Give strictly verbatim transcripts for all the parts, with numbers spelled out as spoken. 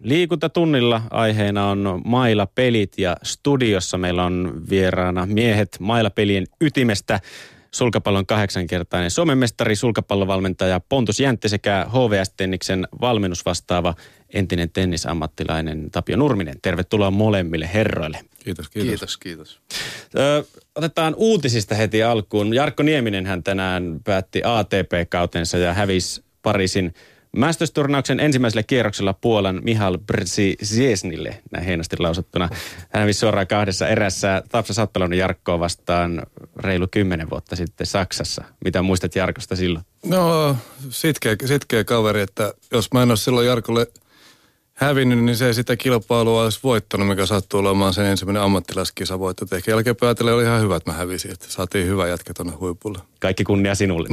Liikuntatunnilla aiheena on mailapelit ja studiossa meillä on vieraana miehet mailapelien ytimestä. Sulkapallon kahdeksankertainen Suomen mestari, sulkapallovalmentaja Pontus Jäntti sekä H V S-tenniksen valmennusvastaava entinen tennisammattilainen Tapio Nurminen. Tervetuloa molemmille herroille. Kiitos, kiitos. Kiitos, kiitos. Ö, otetaan uutisista heti alkuun. Jarkko Nieminen hän tänään päätti A T P-kautensa ja hävisi Pariisin Masters-turnauksen ensimmäisellä kierroksella Puolan Michal Brzezinille, näin hienosti lausuttuna. Hän hävisi suoraan kahdessa erässä Tapsa Sattalon Jarkkoa vastaan reilu kymmenen vuotta sitten Saksassa. Mitä muistat Jarkosta silloin? No, sitkeä, sitkeä kaveri, että jos mä en ole silloin Jarkolle hävinnyt, niin se ei sitä kilpailua olisi voittanut, mikä sattuu olemaan sen ensimmäinen ammattilaiskisavoitto. Ehkä jälkeenpäin ajatellen oli ihan hyvä, että mä hävisin, että saatiin hyvä jätkä tuonne huipulle. Kaikki kunnia sinulle.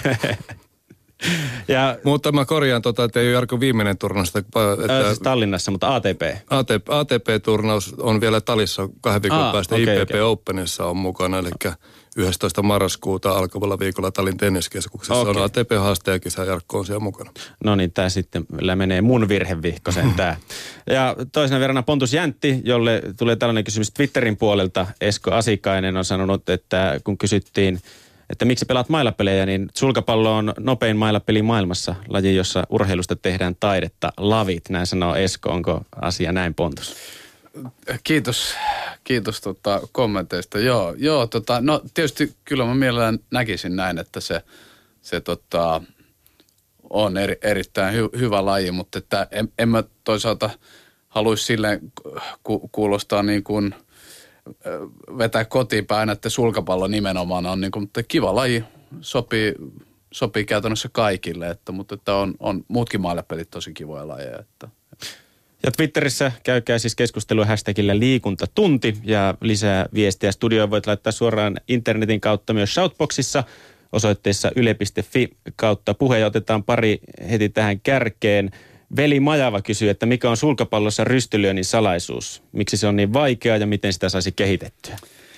Ja, mutta mä korjaan tota, että ei ole Jarkon viimeinen turnaus. Että, äh, siis Tallinnassa, mutta A T P. A T P-turnaus on vielä Talissa kahden viikon Aa, päästä. okay, I P P okay. Openissa on mukana, eli yhdestoista marraskuuta alkavalla viikolla Tallin tenniskeskuksessa okay. on A T P-haastajakisa ja Jarkko on siellä mukana. No niin, tää sitten menee mun virhevihkoseen tää. Ja toisena verrana Pontus Jäntti, jolle tulee tällainen kysymys Twitterin puolelta. Esko Asikainen on sanonut, että kun kysyttiin, että miksi pelaat mailapelejä, niin sulkapallo on nopein mailapeli maailmassa, laji, jossa urheilusta tehdään taidetta, lavit. Näin sanoo Esko. Onko asia näin, Pontus? Kiitos, kiitos tota, kommenteista. Joo, joo tota, no tietysti kyllä mä mielellään näkisin näin, että se, se tota, on eri, erittäin hy, hyvä laji, mutta että en, en mä toisaalta haluaisi silleen ku, kuulostaa niin kuin vetää kotiin päin, että sulkapallo nimenomaan on niin kuin, mutta kiva laji, sopii, sopii käytännössä kaikille, että, mutta että on, on muutkin maillepelit tosi kivoja lajeja. Että. Ja Twitterissä käykää siis keskustelua hashtagillä liikuntatunti ja lisää viestiä studioon voit laittaa suoraan internetin kautta myös Shoutboxissa osoitteessa yle piste fi kautta puhe ja otetaan pari heti tähän kärkeen. Veli Majava kysyy, että mikä on sulkapallossa rystylyönnin salaisuus? Miksi se on niin vaikeaa ja miten sitä saisi kehitettyä?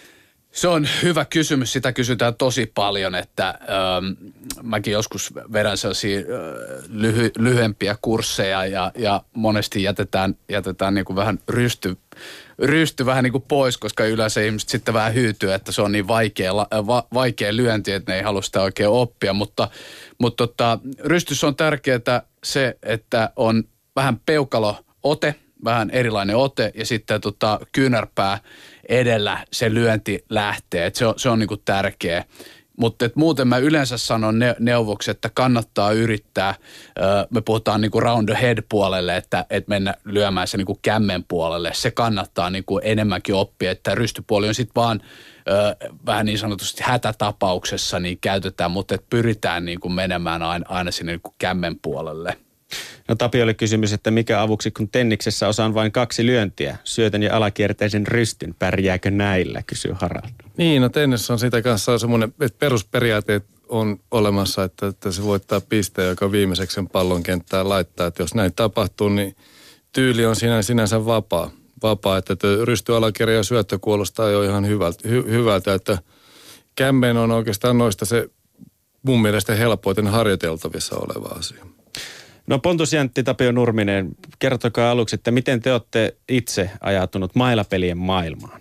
Se on hyvä kysymys. Sitä kysytään tosi paljon, että ähm, mäkin joskus vedän sellaisia äh, lyhy, lyhyempiä kursseja ja, ja monesti jätetään, jätetään niin kuin vähän rysty, rysty vähän niin kuin pois, koska yleensä ihmiset sitten vähän hyytyy, että se on niin vaikea, va, vaikea lyönti, että ne ei halua sitä oikein oppia. Mutta, mutta tota, rystyssä on tärkeää se, että on vähän peukalo-ote, vähän erilainen ote ja sitten tota, kyynärpää edellä se lyönti lähtee. Et se on, se on niinku tärkeä. Mutta muuten mä yleensä sanon ne, neuvoksi, että kannattaa yrittää, öö, me puhutaan niinku round the head puolelle, että et mennä lyömään se niinku kämmen puolelle. Se kannattaa niinku enemmänkin oppia, että rystypuoli on sitten vaan öö, vähän niin sanotusti hätätapauksessa niin käytetään, mutta et pyritään niinku menemään aina, aina sinne niinku kämmen puolelle. No Tapiolle kysymys, että mikä avuksi, kun tenniksessä osaan vain kaksi lyöntiä, syötön ja alakierteisen rystyn, pärjääkö näillä, kysyy Harald. Niin, no tennis on sitä kanssa semmoinen, että perusperiaatteet on olemassa, että, että se voittaa pisteen, joka viimeiseksi sen pallon kenttään laittaa. Että jos näin tapahtuu, niin tyyli on sinä, sinänsä vapaa. Vapaa, että rysty, alakierre ja syöttö kuulostaa jo ihan hyvältä, hy, hyvältä että kämmen on oikeastaan noista se mun mielestä helpoiten harjoiteltavissa oleva asia. No Pontus Jäntti, Tapio Nurminen, kertokaa aluksi, että miten te olette itse ajatunut mailapelien maailmaan?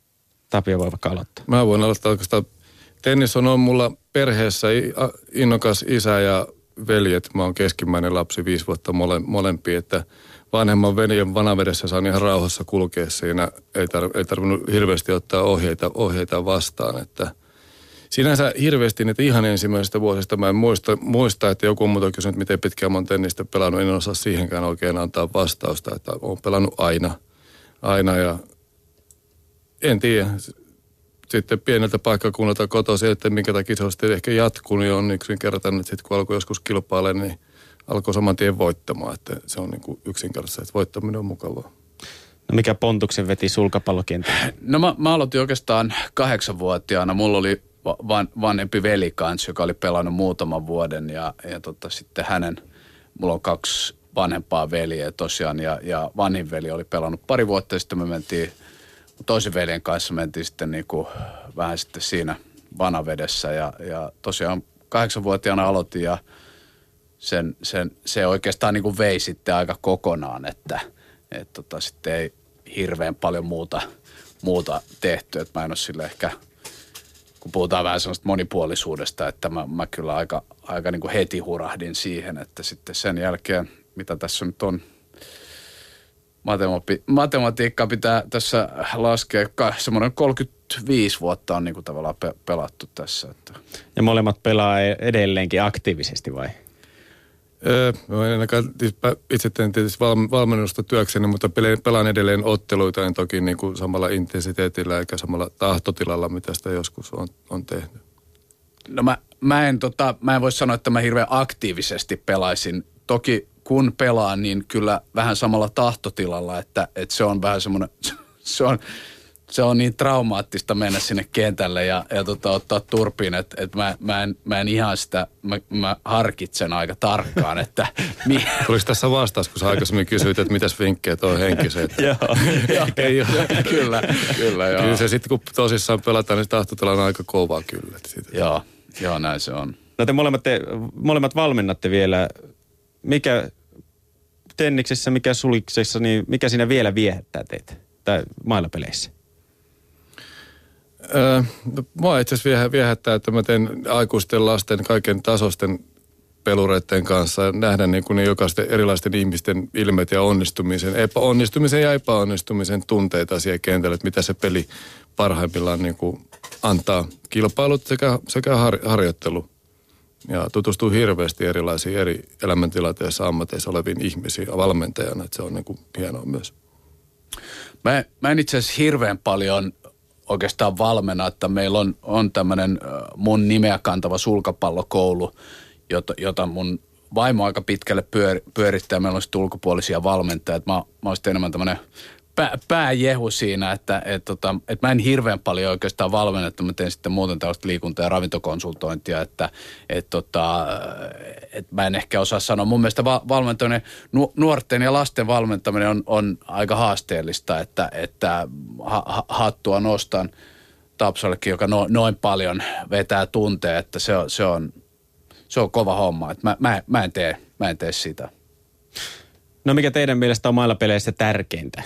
Tapio voi vaikka aloittaa. Mä voin aloittaa oikeastaan. Tennis on, on mulla perheessä innokas isä ja veljet. Mä oon keskimmäinen lapsi, viisi vuotta mole, molempia, että vanhemman veljen vanavedessä saan ihan rauhassa kulkea siinä. Ei, tar, ei tarvinnut hirveästi ottaa ohjeita, ohjeita vastaan, että sinänsä hirveästi niitä ihan ensimmäisestä vuosista mä en muista, muista että joku on muuta kysynyt, miten pitkään mä oon tennistä pelannut. En osaa siihenkään oikein antaa vastausta, että oon pelannut aina, aina ja en tiedä. Sitten pieneltä paikkakunnalta kotoisin, että minkä takia se on sitten ehkä jatkunut, niin on yksinkertainen, että sitten kun alkoi joskus kilpailemaan, niin alkoi saman tien voittamaan. Että se on niin kuin yksinkertaisesti, että voittaminen on mukavaa. No mikä Pontuksen veti sulkapallokentällä? No mä, mä aloitin oikeastaan kahdeksanvuotiaana. Mulla oli van, vanhempi veli kanssa, joka oli pelannut muutaman vuoden ja, ja tota, sitten hänen, mulla on kaksi vanhempaa veliä tosiaan ja, ja vanhin veli oli pelannut pari vuotta ja sitten me mentiin, toisen veljen kanssa mentiin sitten niin kuin vähän sitten siinä vanavedessä ja, ja tosiaan kahdeksanvuotiaana aloitin ja sen, sen, se oikeastaan niin kuin vei sitten aika kokonaan, että et tota, sitten ei hirveän paljon muuta, muuta tehty. Et mä en ole sille ehkä, kun puhutaan vähän sellaista monipuolisuudesta, että mä, mä kyllä aika, aika niin kuin heti hurahdin siihen, että sitten sen jälkeen, mitä tässä nyt on, Matemati- matematiikkaa pitää tässä laskea. Semmoinen kolmekymmentäviisi vuotta on niin kuin tavallaan pe- pelattu tässä. Että. Ja molemmat pelaa edelleenkin aktiivisesti vai? Öö, itse teen tietysti valmennusta työkseni, mutta pelaan edelleen otteluita, en toki niin kuin samalla intensiteetillä eikä samalla tahtotilalla, mitä sitä joskus on, on tehnyt. No mä, mä, en, tota, mä en voi sanoa, että mä hirveän aktiivisesti pelaisin. Toki kun pelaan, niin kyllä vähän samalla tahtotilalla, että, että se on vähän semmoinen, se on, se on niin traumaattista mennä sinne kentälle ja, ja tota, ottaa turpiin, että, että mä, mä, en, mä en ihan sitä, mä, mä harkitsen aika tarkkaan, että... Mi- Tuliko tässä vastaus, kun sä aikaisemmin kysyit, että mitäs vinkkejä tuo henkiseen? Joo, ei ole. Kyllä, kyllä joo. Kyllä se sitten kun tosissaan pelataan, niin tahtotila on aika kova kyllä. Joo, joo, näin se on. No te molemmat, te, molemmat valmennatte vielä. Mikä tenniksessä, mikä suliksessa, niin mikä siinä vielä viehättää teitä tai mailapeleissä? Öö, mua itse asiassa viehättää, että mä teen aikuisten, lasten, kaiken tasosten pelureiden kanssa ja nähdä niin kuin ne jokaisten erilaisten ihmisten ilmeet ja onnistumisen, epäonnistumisen ja epäonnistumisen tunteita siellä kentällä, että mitä se peli parhaimmillaan niin kuin antaa kilpailut sekä, sekä har, harjoittelu. Ja tutustuu hirveästi erilaisiin eri elämäntilanteissa ammateissa oleviin ihmisiin valmentajana, että se on niin kuin hienoa myös. Mä, mä en itse asiassa hirveän paljon oikeastaan valmenna, että meillä on, on tämmöinen mun nimeä kantava sulkapallokoulu, jota, jota mun vaimo aika pitkälle pyör, pyörittää. Meillä on sitten ulkopuolisia valmentajia. Mä, mä oon sitten enemmän tämmöinen pää, pääjehu siinä, että et, tota, et mä en hirveän paljon oikeastaan valmenna, että mä teen sitten muuten tällaista liikunta- ja ravintokonsultointia, että et, tota, et mä en ehkä osaa sanoa. Mun mielestä va- valmentaminen, nu- nuorten ja lasten valmentaminen on, on aika haasteellista, että, että ha- hattua nostan Tapsallekin, joka no, noin paljon vetää tunteja, että se on, se on, se on kova homma. Että mä, mä, mä, en tee, mä en tee sitä. No mikä teidän mielestä on mailapeleissä tärkeintä?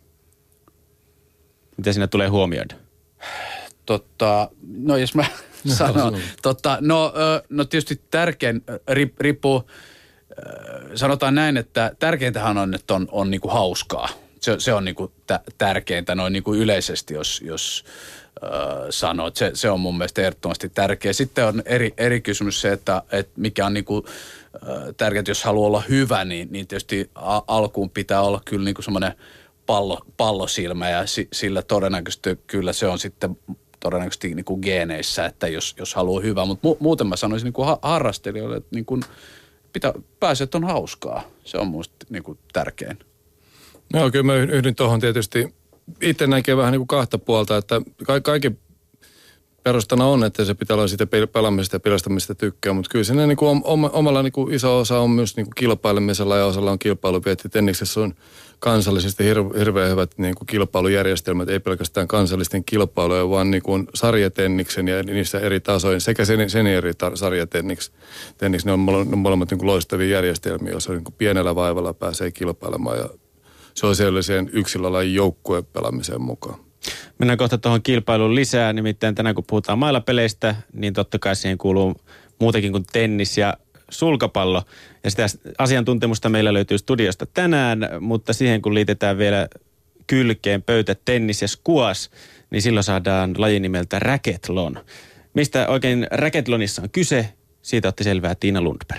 Mitä siinä tulee huomioida? Totta, no jos mä no, sanon, totta, no, no tietysti tärkein riippuu, sanotaan näin, että tärkeintähän on, että on, on niinku hauskaa. Se, se on niinku tärkeintä noin niinku yleisesti, jos, jos äh, sanoo. Se, se on mun mielestä ehdottomasti tärkeä. Sitten on eri, eri kysymys se, että, että mikä on niinku äh, tärkeää, jos haluaa olla hyvä, niin, niin tietysti a, alkuun pitää olla kyllä niinku semmoinen pallo, pallosilmä ja si, sillä todennäköisesti kyllä se on sitten todennäköisesti niinku geeneissä, että jos, jos haluaa hyvä. Mutta mu, muuten mä sanoisin niinku ha, harrastelijoille, että niinku pitää, pääset on hauskaa. Se on musta niinku tärkein. No kyllä mä yhdyn tuohon tietysti. Itse näkee vähän niin kuin kahta puolta, että ka- kaiken perustana on, että se pitää olla siitä pelaamisesta ja pelastamisesta tykkää, mutta kyllä siinä niin kuin omalla niin kuin iso osa on myös niin kuin kilpailemisella ja osalla on kilpailuvietti. Tenniksessä on kansallisesti hir- hirveän hyvät niin kuin kilpailujärjestelmät, ei pelkästään kansallisten kilpailuja, vaan niin kuin sarjatenniksen ja niissä eri tasoin sekä sen, seniorisarjatenniksen. Tennis, ne on molemmat niin kuin loistavia järjestelmiä, joissa niin kuin pienellä vaivalla pääsee kilpailemaan ja sosiaaliseen yksilölajin joukkueen pelaamiseen mukaan. Mennään kohta tuohon kilpailuun lisää, nimittäin tänään kun puhutaan mailapeleistä, niin totta kai siihen kuuluu muutakin kuin tennis ja sulkapallo. Ja sitä asiantuntemusta meillä löytyy studiosta tänään, mutta siihen kun liitetään vielä kylkeen pöytä, tennis ja squash, niin silloin saadaan lajin nimeltä racquethlon. Mistä oikein racquethlonissa on kyse? Siitä otti selvää Tiina Lundberg.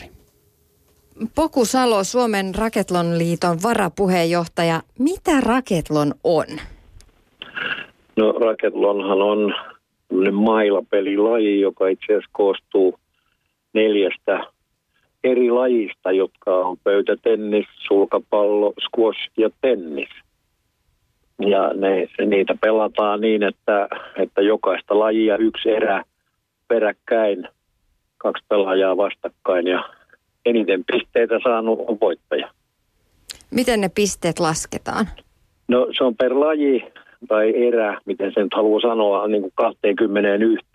Poku Salo, Suomen Racquethlon-liiton varapuheenjohtaja. Mitä racquethlon on? No racquethlonhan on mailapelilaji, joka itse asiassa koostuu neljästä eri lajista, jotka on pöytätennis, sulkapallo, squash ja tennis. Ja ne, niitä pelataan niin, että, että jokaista lajia yksi erä peräkkäin, kaksi pelaajaa vastakkain ja eniten pisteitä saanut on voittaja. Miten ne pisteet lasketaan? No se on per laji tai erä, miten sen nyt haluaa sanoa, niin kuin kaksikymmentäyksi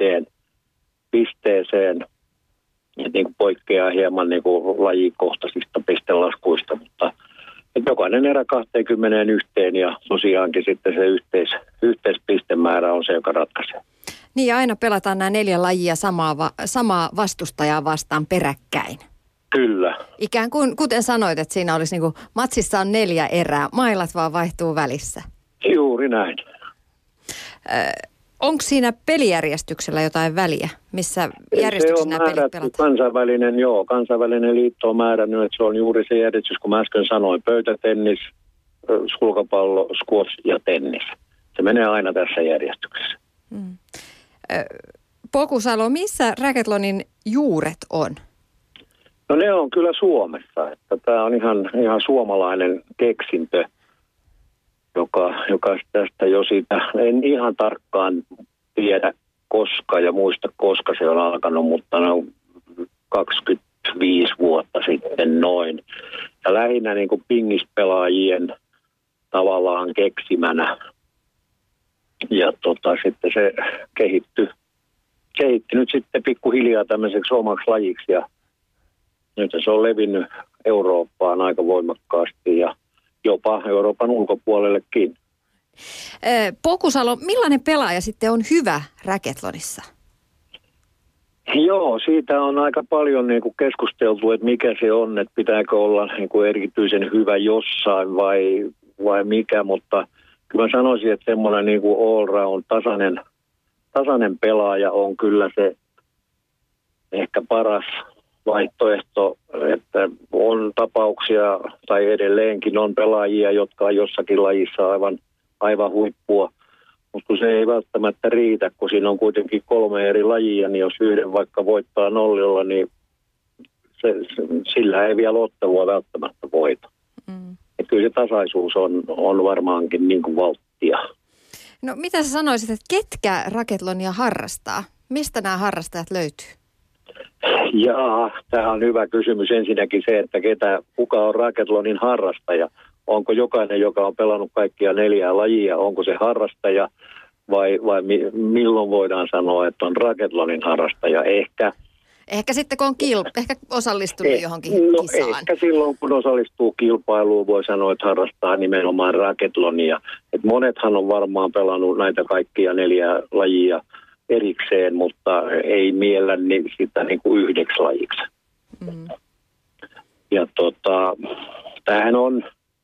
pisteeseen. Ja niin kuin poikkeaa hieman niin kuin lajikohtaisista pistelaskuista, mutta että jokainen erä kaksikymmentäyksi ja tosiaankin sitten se yhteis, yhteispistemäärä on se, joka ratkaisee. Niin ja aina pelataan nämä neljä lajia samaa, va, samaa vastustajaa vastaan peräkkäin. Kyllä. Ikään kuin, kuten sanoit, että siinä olisi niin kuin, matsissa on neljä erää, mailat vaan vaihtuu välissä. Juuri näin. Ö, onko siinä pelijärjestyksellä jotain väliä, missä järjestyksessä nämä pelit pelataan? Kansainvälinen, joo, kansainvälinen liitto on määrännyt, että se on juuri se järjestys, kun mä äsken sanoin, pöytätennis, sulkapallo, squash ja tennis. Se menee aina tässä järjestyksessä. Mm. Pokusalo, missä Rackettlonin juuret on? No ne on kyllä Suomessa. Että tämä on ihan, ihan suomalainen keksintö, joka, joka tästä jo siitä, en ihan tarkkaan tiedä koska ja muista koska se on alkanut, mutta no kaksikymmentäviisi vuotta sitten noin. Ja lähinnä niin kuin pingispelaajien tavallaan keksimänä. Ja tota, sitten se kehittyi, kehittyi nyt sitten pikkuhiljaa tämmöiseksi omaksi lajiksi ja nyt se on levinnyt Eurooppaan aika voimakkaasti ja jopa Euroopan ulkopuolellekin. Pokusalo, millainen pelaaja sitten on hyvä Racketthlonissa? Joo, siitä on aika paljon niin kuin keskusteltu, että mikä se on, että pitääkö olla niin kuin erityisen hyvä jossain vai, vai mikä, mutta kyllä mä sanoisin, että semmoinen niin kuin all-round tasainen, tasainen pelaaja on kyllä se ehkä paras vaihtoehto, että on tapauksia tai edelleenkin on pelaajia, jotka on jossakin lajissa aivan, aivan huippua, mutta kun se ei välttämättä riitä, kun siinä on kuitenkin kolme eri lajia, niin jos yhden vaikka voittaa nollilla, niin se, se, sillä ei vielä ottelua välttämättä voita. Mm. Et kyllä se tasaisuus on, on varmaankin niin kuin valttia. No mitä sä sanoisit, että ketkä Rackettlonia harrastaa? Mistä nämä harrastajat löytyy? Jaa, tämä on hyvä kysymys. Ensinnäkin se, että ketä, kuka on Rackettlonin harrastaja. Onko jokainen, joka on pelannut kaikkia neljää lajia, onko se harrastaja vai, vai mi, milloin voidaan sanoa, että on Rackettlonin harrastaja? Ehkä. Ehkä sitten kun on kilp- ehkä osallistunut eh, johonkin no kisaan. Ehkä silloin kun osallistuu kilpailuun voi sanoa, että harrastaa nimenomaan Rackettlonia. Et monethan on varmaan pelannut näitä kaikkia neljää lajia erikseen, mutta ei miellä niin sitä niin kuin yhdeksi lajiksi. Mm. Ja tota, tämähän on,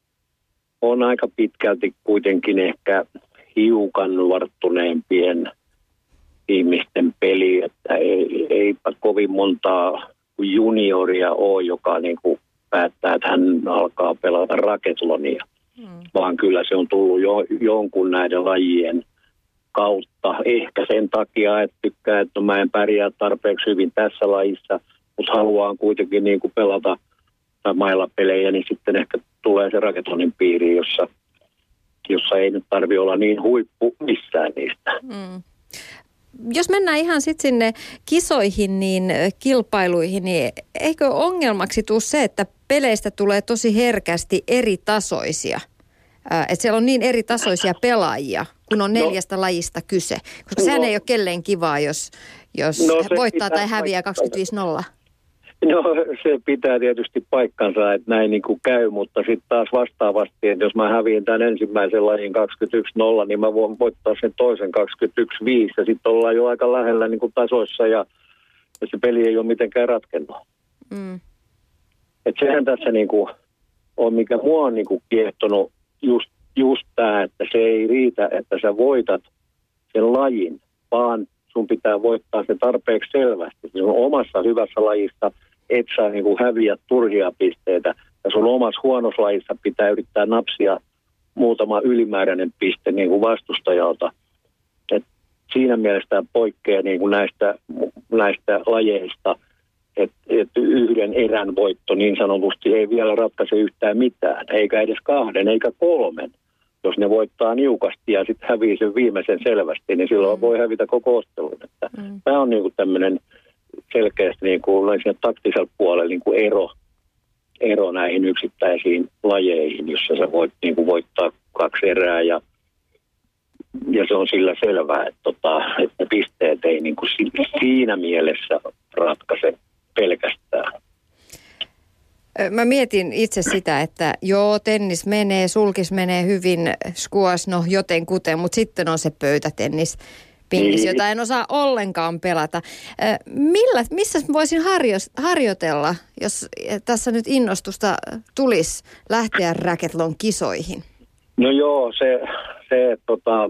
on aika pitkälti kuitenkin ehkä hiukan varttuneempien ihmisten peli, että ei, eipä kovin montaa junioria ole, joka niin kuin päättää, että hän alkaa pelata Rackettlonia, mm. vaan kyllä se on tullut jo, jonkun näiden lajien kautta. Ehkä sen takia, että tykkää, että mä en pärjää tarpeeksi hyvin tässä lajissa, mutta haluan kuitenkin niin kuin pelata tai mailapelejä, niin sitten ehkä tulee se Rackettlonin piiriin, jossa, jossa ei nyt tarvitse olla niin huippu missään niistä. Mm. Jos mennään ihan sitten sinne kisoihin, niin kilpailuihin, niin eikö ongelmaksi tule se, että peleistä tulee tosi herkästi eri tasoisia? Että siellä on niin eri tasoisia pelaajia, kun on neljästä no, lajista kyse. Koska sehän no, ei ole kelleen kivaa, jos, jos no, voittaa tai häviää kaksikymmentäviisi nolla. No se pitää tietysti paikkansa, että näin niin kuin käy, mutta sitten taas vastaavasti, että jos mä häviin tämän ensimmäisen lajin kaksikymmentäyksi nolla, niin mä voin voittaa sen toisen kaksikymmentäyksi viisi ja sitten ollaan jo aika lähellä niin kuin tasoissa ja, ja se peli ei ole mitenkään ratkennut. Mm. Että sehän tässä niin kuin on, mikä mua on niin kuin kiehtonut just, just tämä, että se ei riitä, että sä voitat sen lajin, vaan sun pitää voittaa se tarpeeksi selvästi. Sun omassa hyvässä lajissa et saa niin kuin häviä turhia pisteitä. Ja sun omassa huonossa lajissa pitää yrittää napsia muutama ylimääräinen piste niin kuin vastustajalta. Et siinä mielessä poikkeaa niin kuin näistä, näistä lajeista, että et yhden erän voitto niin sanotusti ei vielä ratkaise yhtään mitään, eikä edes kahden, eikä kolmen. Jos ne voittaa niukasti ja sitten hävii sen viimeisen selvästi, niin silloin mm. voi hävitä koko ottelun. Mm. Tämä on niinku tämmöinen selkeästi niinku taktisella puolella niinku ero, ero näihin yksittäisiin lajeihin, jossa sä voit niinku voittaa kaksi erää ja, ja se on sillä selvää, että, tota, että pisteet ei niinku siinä mielessä ratkaise pelkästään. Mä mietin itse sitä, että joo, tennis menee, sulkis menee hyvin, squash, no jotenkuten, mutta sitten on se pöytätennis. Pingis, Niin. jota en osaa ollenkaan pelata. Millä, missä voisin harjo, harjoitella, jos tässä nyt innostusta tulisi lähteä racquetball kisoihin? No joo, se, se että tota,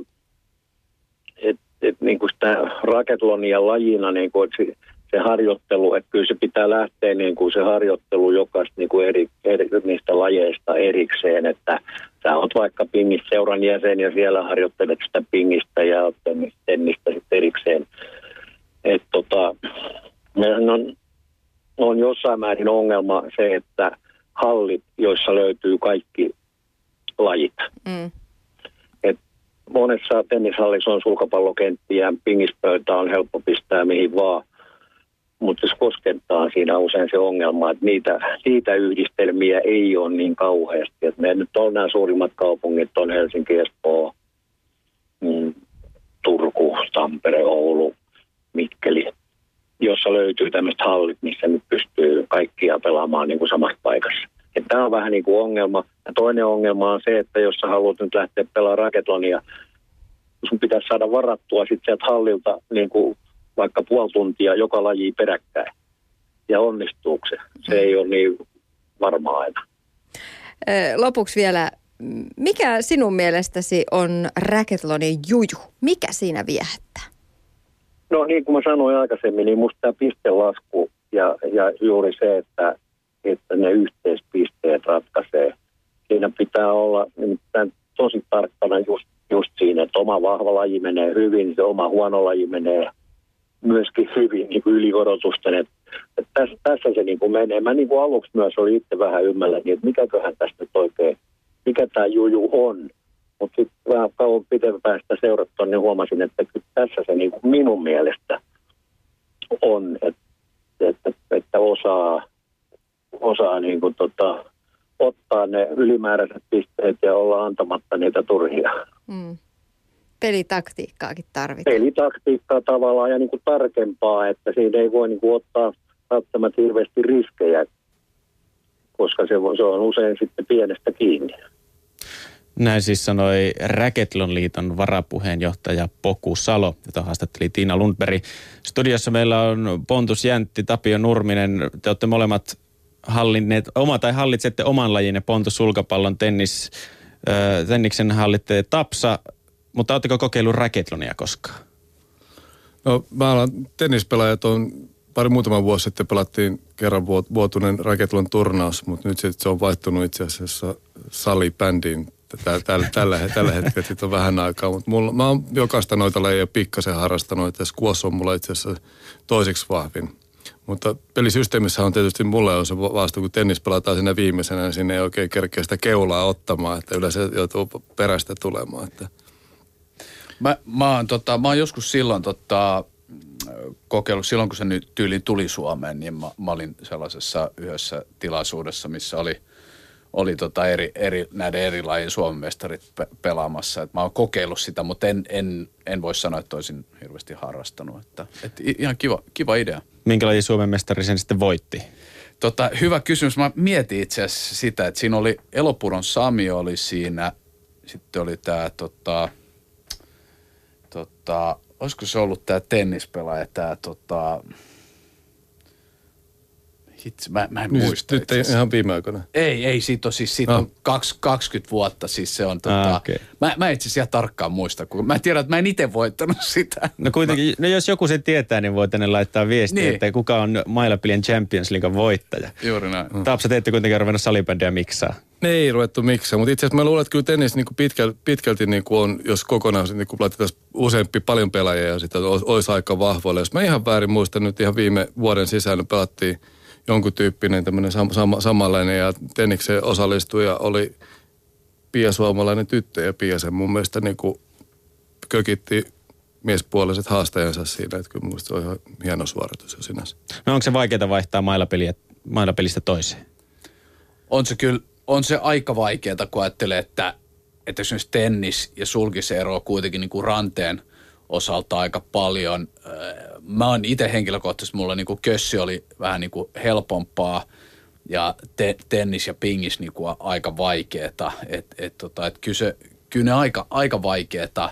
et, et, niin kuin sitä racquetballia lajina, niin kuin, se, se harjoittelu, että kyllä se pitää lähteä niin kuin se harjoittelu jokaista niin kuin eri, eri, niistä lajeista erikseen, että sä oot vaikka pingisseuran jäsen ja siellä harjoittelet sitä pingistä ja tennistä sitten erikseen. Että tota, on, on jossain määrin ongelma se, että hallit, joissa löytyy kaikki lajit. Mm. Et monessa tennishallissa on sulkapallokenttiä, pingispöytä on helppo pistää mihin vaan. Mutta jos koskettaa siinä usein se ongelma, että niitä, niitä yhdistelmiä ei ole niin kauheasti. Et me nyt on nämä suurimmat kaupungit, on Helsinki, Espoo, mm, Turku, Tampere, Oulu, Mikkeli, jossa löytyy tämmöiset hallit, missä nyt pystyy kaikkia pelaamaan niin kuin samassa paikassa. Tämä on vähän niin kuin ongelma. Ja toinen ongelma on se, että jos sä haluat nyt lähteä pelaamaan racquetballia, sun pitäisi saada varattua sitten sieltä hallilta niin kuin vaikka puoli tuntia joka laji peräkkäin. Ja onnistuuko se? Se ei ole niin varmaa aina. Lopuksi vielä, mikä sinun mielestäsi on racquetballin juju? Mikä siinä viehättää? No niin kuin mä sanoin aikaisemmin, niin musta tämä pistelasku ja, ja juuri se, että, että ne yhteispisteet ratkaisee. Siinä pitää olla nimittäin tosi tarkkana just, just siinä, että oma vahva laji menee hyvin, se oma huono laji menee myöskin hyvin niin kuin yliodotusten, että, että tässä, tässä se niin kuin menee. Mä niin kuin aluksi myös olin itse vähän ymmällä, niin että mikäköhän tästä nyt oikein, mikä tämä juju on. Mutta sitten vähän kauan pitempään sitä seurattua, niin huomasin, että tässä se niin kuin minun mielestä on, että, että, että osaa, osaa niin kuin tota, ottaa ne ylimääräiset pisteet ja olla antamatta niitä turhia. Mm. Pelitaktiikkaakin tarvitaan. Pelitaktiikkaa tavallaan ja niin kuin tarkempaa, että siinä ei voi niin kuin ottaa välttämättä hirveästi riskejä, koska se, voi, se on usein sitten pienestä kiinni. Näin siis sanoi Racquetball liiton varapuheenjohtaja Poku Salo, jota haastatteli Tiina Lundberg. Studiossa meillä on Pontus Jäntti, Tapio Nurminen. Te olette molemmat hallinneet, oma tai hallitsette oman lajinne, Pontus sulkapallon, tennis, äh, tenniksen hallitte Tapsa. Mutta oletteko kokeillut racquetballia koskaan? No mä alan tennispelaajat on pari muutama vuosi sitten pelattiin kerran vuotuinen racquetballin turnaus, mutta nyt se on vaihtunut itse asiassa salibändiin tällä, tällä, tällä hetkellä. Siitä on vähän aikaa, mutta mulla, mä oon jokaista noita lajeja pikkasen harrastanut, että squash on mulla itse asiassa toiseksi vahvin. Mutta pelisysteemissä on tietysti mulle on se vasta, kun tennis pelataan siinä viimeisenä, niin sinne ei oikein kerkeä sitä keulaa ottamaan, että yleensä joutuu perästä tulemaan, että Mä, mä, oon, tota, mä oon joskus silloin tota, kokeillut, silloin kun se nyt tyyliin tuli Suomeen, niin mä, mä olin sellaisessa yhdessä tilaisuudessa, missä oli, oli tota eri, eri, näiden eri lajien Suomen mestarit pe- pelaamassa. Et mä oon kokeillut sitä, mutta en, en, en voi sanoa, että olisin hirveästi harrastanut. Että, et ihan kiva, kiva idea. Minkä lajin Suomen mestari sen sitten voitti? Tota, hyvä kysymys. Mä mietin itse asiassa sitä, että siinä oli Elopuron Sami oli siinä, sitten oli tää tota... Tota, olisiko se ollut tämä tennispelaaja, tämä tota... Hitsi, mä, mä en nyt, muista. Nyt ei ihan viime aikoina. Ei, ei, siitä on siis, siitä no. on kaksikymmentä vuotta, siis se on tota... Ah, okay. Mä, mä itse asiassa tarkkaan muista, kun mä tiedän, että mä en itse voittanut sitä. No kuitenkin, no jos joku sen tietää, niin voi tänne laittaa viestiä, niin. Että kuka on Mailapelien Champions League voittaja. Juuri näin. Mm. Tapsa, te ette kuitenkaan ruvennut salibändiä miksaa. Ne ei ruvettu miksaa, mutta itse asiassa mä luulen, että kyllä tennis niin kuin pitkälti, pitkälti niin kuin on, jos kokonaan niin kuin laitetaan useampi paljon pelaajia ja sitä olisi aika vahvoilla. Jos mä ihan väärin muistan, nyt ihan viime vuoden sisällä pelattiin jonkun tyyppinen tämmöinen sam- sam- samanlainen ja tennikseen osallistuja oli Pia suomalainen tyttö ja Pia sen mun mielestä niin kuin kökitti miespuoliset haastajansa siinä, että kyllä mun mielestä se on ihan hieno suoritus jo sinänsä. No onko se vaikeaa vaihtaa mailapeliä, mailapelistä toiseen? On se kyllä, on se aika vaikeaa, kun ajattelee, että, että esimerkiksi tennis ja sulkis eroaa kuitenkin niin kuin ranteen osalta aika paljon. Mä oon itse henkilökohtaisesti, mulla niin kuin kössi oli vähän niin kuin helpompaa. ja te, tennis ja pingis niin kuin aika vaikeeta. Et, et, tota, et kyllä, se, kyllä ne aika, aika vaikeeta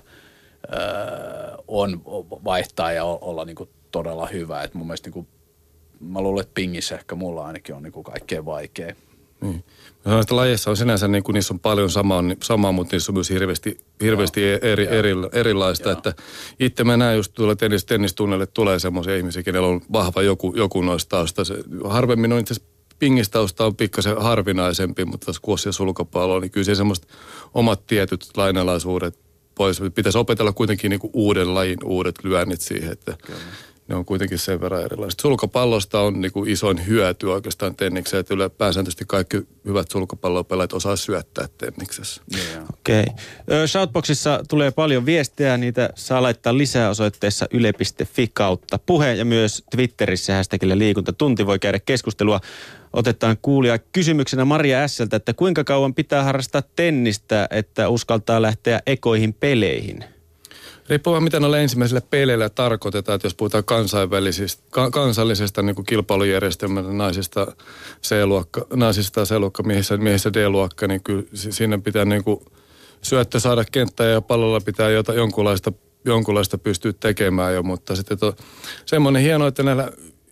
öö, on vaihtaa ja olla niin kuin todella hyvä. Et mun mielestä niin kuin, mä luulen, että pingissä ehkä mulla ainakin on niin kuin kaikkein vaikea. Niin. Näistä lajeissa on sinänsä, niin kuin niissä on paljon samaa, samaa mutta niissä on myös hirveästi, hirveästi eri, eri, erilaista. Että itse mä näen just tuolla tennis, tennistunnelle tulee semmoisia ihmisiä, kenellä on vahva joku, joku noista tausta. Se, harvemmin on itse asiassa pingistausta on pikkasen harvinaisempi, mutta tässä squash ja sulkapallo, niin kyllä se semmoista omat tietyt lainalaisuudet pois. Pitäisi opetella kuitenkin niin kuin uuden lajin uudet lyönnit siihen, että kyllä. Ne on kuitenkin sen verran erilaiset. Sulkapallosta on niin kuin isoin hyöty oikeastaan tennikseen, että yle pääsääntöisesti kaikki hyvät sulkapallopelaajat osaa syöttää tenniksessä. Yeah. Okei. Okay. Shoutboxissa tulee paljon viestejä, niitä saa laittaa lisää osoitteessa yle piste fi kautta puhe ja myös Twitterissä hashtagillä liikuntatunti voi käydä keskustelua. Otetaan kuulija kysymyksenä Maria S:ltä, että kuinka kauan pitää harrastaa tennistä, että uskaltaa lähteä ekoihin peleihin? Riippuu vaan, mitä noilla ensimmäisillä peleillä tarkoitetaan, että jos puhutaan kansainvälisistä, ka- kansallisesta niin kuin kilpailujärjestelmästä, naisista C-luokka, naisista C-luokka, miehissä, miehissä D-luokka, niin kyllä siinä pitää niin kuin syöttö saada kenttää ja pallolla pitää jota, jonkunlaista, jonkunlaista pystyä tekemään jo, mutta sitten to, semmoinen hienoa, että näillä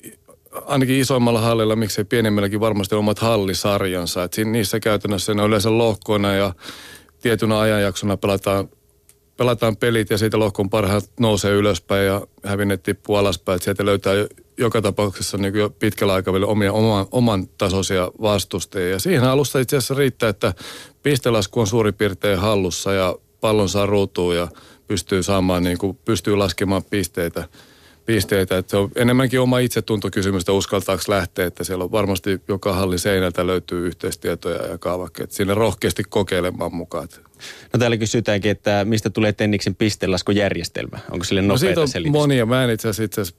ainakin isoimmalla hallilla, miksei pienemmilläkin varmasti omat hallisarjansa, että siinä, niissä käytännössä ne on yleensä lohkoina ja tietynä ajanjaksona pelataan Pelataan pelit ja siitä lohkon parhaat nousee ylöspäin ja hävinneet tippuu alaspäin. Että sieltä löytää joka tapauksessa niin jo pitkällä aikavälillä omia, oman, oman tasoisia vastustajia. Ja siihen alussa itse asiassa riittää, että pistelasku on suurin piirtein hallussa ja pallon saa ruutuun ja pystyy saamaan, niin kuin, pystyy laskemaan pisteitä. pisteitä. Että se on enemmänkin oma itsetuntokysymystä, uskaltaako lähteä, että siellä on varmasti joka hallin seinältä löytyy yhteistietoja ja kaavakkeet. Siinä rohkeasti kokeilemaan mukaan. No täällä kysytäänkin, että mistä tulee tenniksen pistelaskujärjestelmä? Onko sille nopeata selitystä? No siitä on monia. Mä en itse asiassa,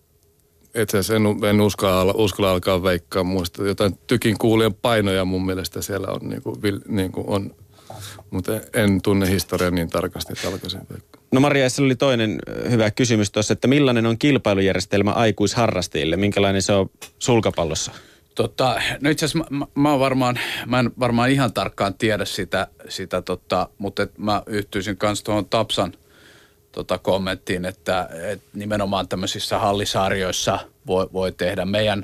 itse asiassa en, en uskalla, uskalla alkaa veikkaa muista. Jotain tykin kuulien painoja mun mielestä siellä on, niin kuin, niin kuin on, mutta en tunne historiaa niin tarkasti, että alkaisin veikkaa. No Maria, se oli toinen hyvä kysymys tuossa, että millainen on kilpailujärjestelmä aikuisharrastajille? Minkälainen se on sulkapallossa? Tota, no itse asiassa mä, mä, mä, varmaan, mä en varmaan ihan tarkkaan tiedä sitä, sitä tota, mutta et mä yhtyisin kanssa tuohon Tapsan tota, kommenttiin, että et nimenomaan tämmöisissä hallisarjoissa voi, voi tehdä meidän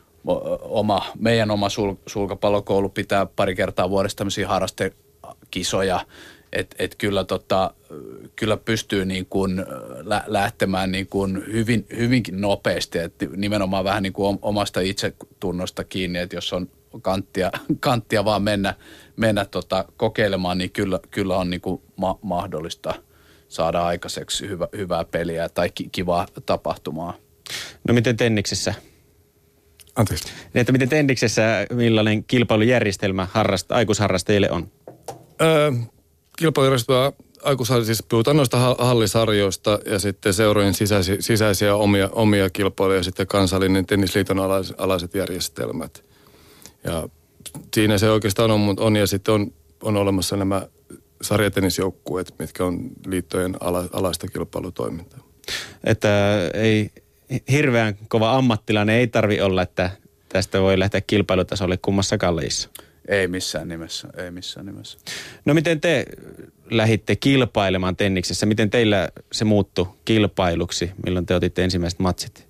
oma, meidän oma sul, sulkapallokoulu pitää pari kertaa vuodessa tämmöisiä harrastekisoja. Että et kyllä, tota, kyllä pystyy niin kuin lä- lähtemään niin kuin hyvin, hyvinkin nopeasti, että nimenomaan vähän niin kuin omasta itsetunnosta kiinni, että jos on kanttia, kanttia vaan mennä, mennä tota kokeilemaan, niin kyllä, kyllä on niin kuin ma- mahdollista saada aikaiseksi hyvä, hyvää peliä tai ki- kivaa tapahtumaa. No miten tenniksessä? Anteeksi. Niin, että miten tenniksessä millainen kilpailujärjestelmä harrast- aikuisharrastajille on? Öö. Kilpailujärjestelmä aikuishalli, siis puhutaan noista hallisarjoista ja sitten seurojen sisäisiä, sisäisiä omia, omia kilpailuja ja sitten kansallinen tennisliiton alaiset, alaiset järjestelmät. Ja siinä se oikeastaan on, on ja sitten on, on olemassa nämä sarjatennisjoukkueet, mitkä on liittojen ala, alaista kilpailutoimintaa. Että ei hirveän kova ammattilainen ei tarvi olla, että tästä voi lähteä kilpailutasolle kummassakaan lajissa. Ei missään nimessä, ei missään nimessä. No miten te lähditte kilpailemaan tenniksessä? Miten teillä se muuttui kilpailuksi? Milloin te otitte ensimmäiset matsit?